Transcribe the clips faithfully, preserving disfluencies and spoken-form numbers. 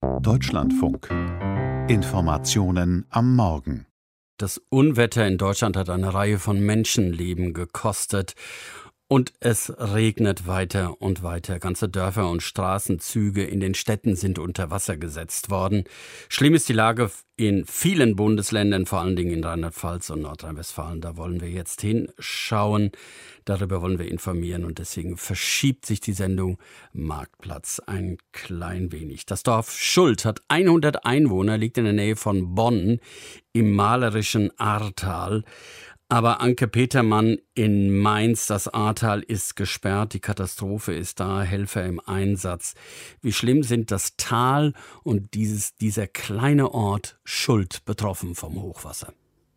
Deutschlandfunk. Informationen am Morgen. Das Unwetter in Deutschland hat eine Reihe von Menschenleben gekostet. Und es regnet weiter und weiter. Ganze Dörfer und Straßenzüge in den Städten sind unter Wasser gesetzt worden. Schlimm ist die Lage in vielen Bundesländern, vor allen Dingen in Rheinland-Pfalz und Nordrhein-Westfalen. Da wollen wir jetzt hinschauen. Darüber wollen wir informieren und deswegen verschiebt sich die Sendung Marktplatz ein klein wenig. Das Dorf Schuld hat hundert Einwohner, liegt in der Nähe von Bonn im malerischen Ahrtal. Aber Anke Petermann in Mainz, das Ahrtal ist gesperrt, die Katastrophe ist da, Helfer im Einsatz. Wie schlimm sind das Tal und dieses, dieser kleine Ort Schuld betroffen vom Hochwasser?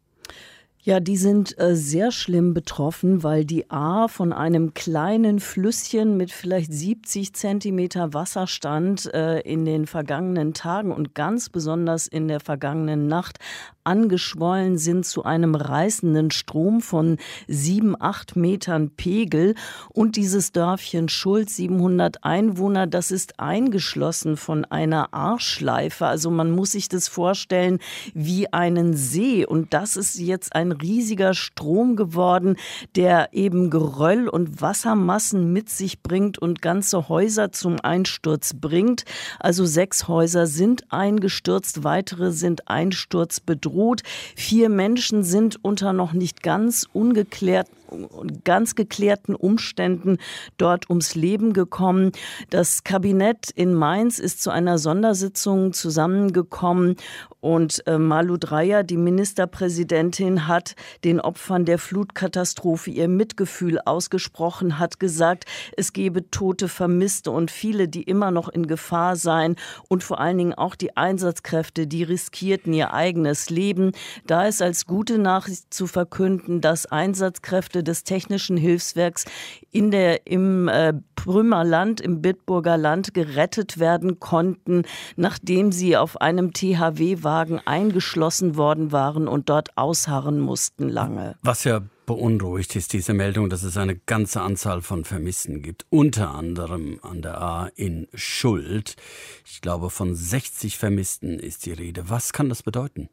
Ja, die sind äh, sehr schlimm betroffen, weil die Ahr von einem kleinen Flüsschen mit vielleicht siebzig Zentimeter Wasserstand äh, in den vergangenen Tagen und ganz besonders in der vergangenen Nacht angeschwollen sind zu einem reißenden Strom von sieben, acht Metern Pegel. Und dieses Dörfchen Schuld, siebenhundert Einwohner, das ist eingeschlossen von einer Ahrschleife. Also man muss sich das vorstellen wie einen See. Und das ist jetzt ein riesiger Strom geworden, der eben Geröll und Wassermassen mit sich bringt und ganze Häuser zum Einsturz bringt. Also sechs Häuser sind eingestürzt, weitere sind einsturzbedroht. Vier Menschen sind unter noch nicht ganz ungeklärt ganz geklärten Umständen dort ums Leben gekommen. Das Kabinett in Mainz ist zu einer Sondersitzung zusammengekommen und äh, Malu Dreyer, die Ministerpräsidentin, hat den Opfern der Flutkatastrophe ihr Mitgefühl ausgesprochen, hat gesagt, es gebe Tote, Vermisste und viele, die immer noch in Gefahr seien und vor allen Dingen auch die Einsatzkräfte, die riskierten ihr eigenes Leben. Da ist als gute Nachricht zu verkünden, dass Einsatzkräfte des Technischen Hilfswerks in der, im äh, Brümmerland, im Bitburger Land gerettet werden konnten, nachdem sie auf einem T H W-Wagen eingeschlossen worden waren und dort ausharren mussten lange. Was ja beunruhigt ist diese Meldung, dass es eine ganze Anzahl von Vermissten gibt, unter anderem an der Ahr in Schuld. Ich glaube, von sechzig Vermissten ist die Rede. Was kann das bedeuten?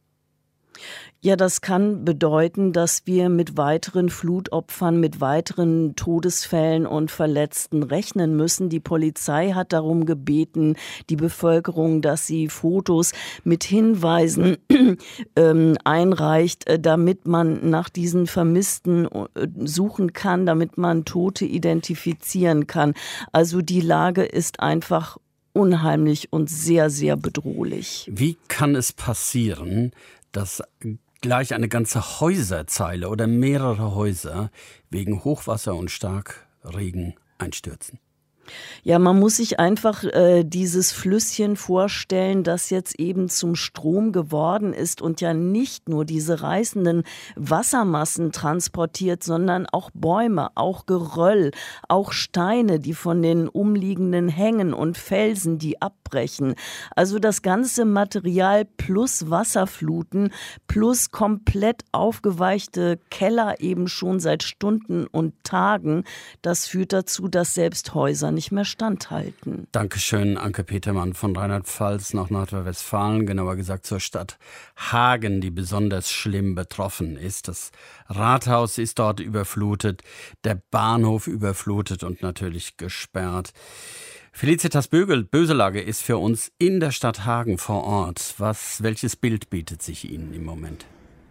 Ja, das kann bedeuten, dass wir mit weiteren Flutopfern, mit weiteren Todesfällen und Verletzten rechnen müssen. Die Polizei hat darum gebeten, die Bevölkerung, dass sie Fotos mit Hinweisen ähm, einreicht, damit man nach diesen Vermissten äh, suchen kann, damit man Tote identifizieren kann. Also die Lage ist einfach unheimlich und sehr, sehr bedrohlich. Wie kann es passieren, dass gleich eine ganze Häuserzeile oder mehrere Häuser wegen Hochwasser und Starkregen einstürzen? Ja, man muss sich einfach äh, dieses Flüsschen vorstellen, das jetzt eben zum Strom geworden ist und ja nicht nur diese reißenden Wassermassen transportiert, sondern auch Bäume, auch Geröll, auch Steine, die von den umliegenden Hängen und Felsen, die abbrechen. Also das ganze Material plus Wasserfluten plus komplett aufgeweichte Keller eben schon seit Stunden und Tagen, das führt dazu, dass selbst Häuser nicht mehr standhalten. Dankeschön, Anke Petermann von Rheinland-Pfalz nach Nordrhein-Westfalen, genauer gesagt zur Stadt Hagen, die besonders schlimm betroffen ist. Das Rathaus ist dort überflutet, der Bahnhof überflutet und natürlich gesperrt. Felicitas Bögel, Böselager ist für uns in der Stadt Hagen vor Ort. Was, welches Bild bietet sich Ihnen im Moment?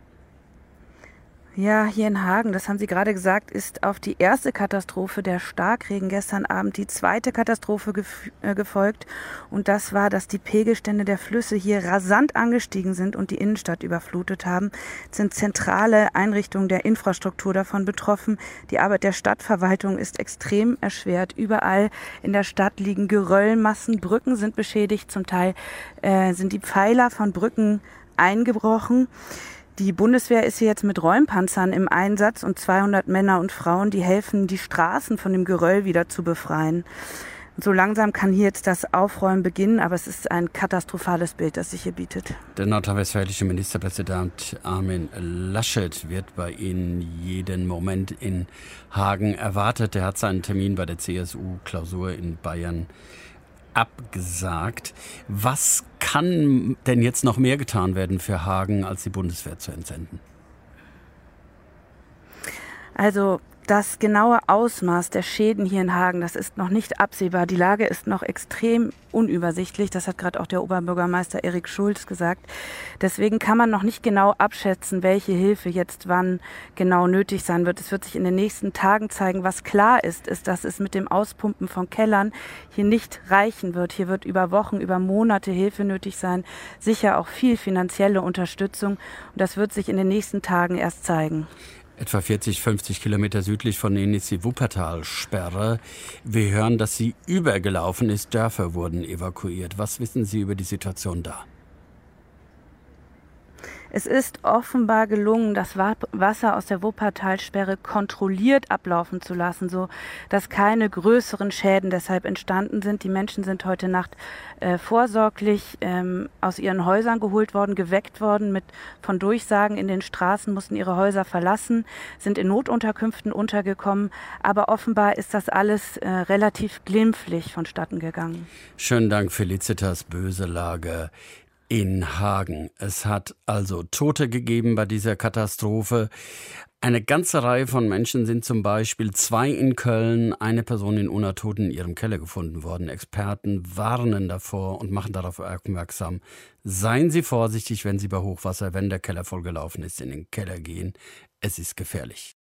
Ja, hier in Hagen, das haben Sie gerade gesagt, ist auf die erste Katastrophe der Starkregen gestern Abend die zweite Katastrophe gef- äh, gefolgt. Und das war, dass die Pegelstände der Flüsse hier rasant angestiegen sind und die Innenstadt überflutet haben. Es sind zentrale Einrichtungen der Infrastruktur davon betroffen. Die Arbeit der Stadtverwaltung ist extrem erschwert. Überall in der Stadt liegen Geröllmassen, Brücken sind beschädigt. Zum Teil äh, sind die Pfeiler von Brücken eingebrochen. Die Bundeswehr ist hier jetzt mit Räumpanzern im Einsatz und zweihundert Männer und Frauen, die helfen, die Straßen von dem Geröll wieder zu befreien. Und so langsam kann hier jetzt das Aufräumen beginnen, aber es ist ein katastrophales Bild, das sich hier bietet. Der nordrhein-westfälische Ministerpräsident Armin Laschet wird bei Ihnen jeden Moment in Hagen erwartet. Er hat seinen Termin bei der C S U-Klausur in Bayern abgesagt. Was kann denn jetzt noch mehr getan werden für Hagen, als die Bundeswehr zu entsenden? Also das genaue Ausmaß der Schäden hier in Hagen, das ist noch nicht absehbar. Die Lage ist noch extrem unübersichtlich. Das hat gerade auch der Oberbürgermeister Erik Schulz gesagt. Deswegen kann man noch nicht genau abschätzen, welche Hilfe jetzt wann genau nötig sein wird. Es wird sich in den nächsten Tagen zeigen. Was klar ist, ist, dass es mit dem Auspumpen von Kellern hier nicht reichen wird. Hier wird über Wochen, über Monate Hilfe nötig sein. Sicher auch viel finanzielle Unterstützung. Und das wird sich in den nächsten Tagen erst zeigen. Etwa vierzig, fünfzig Kilometer südlich von Ihnen ist die Wuppertalsperre. Wir hören, dass sie übergelaufen ist. Dörfer wurden evakuiert. Was wissen Sie über die Situation da? Es ist offenbar gelungen, das Wasser aus der Wuppertalsperre kontrolliert ablaufen zu lassen, so dass keine größeren Schäden deshalb entstanden sind. Die Menschen sind heute Nacht äh, vorsorglich ähm, aus ihren Häusern geholt worden, geweckt worden mit von Durchsagen in den Straßen, mussten ihre Häuser verlassen, sind in Notunterkünften untergekommen. Aber offenbar ist das alles äh, relativ glimpflich vonstatten gegangen. Schönen Dank, Felicitas Böselager in Hagen. Es hat also Tote gegeben bei dieser Katastrophe. Eine ganze Reihe von Menschen sind zum Beispiel zwei in Köln, eine Person in Unna-Tot in ihrem Keller gefunden worden. Experten warnen davor und machen darauf aufmerksam. Seien Sie vorsichtig, wenn Sie bei Hochwasser, wenn der Keller vollgelaufen ist, in den Keller gehen. Es ist gefährlich.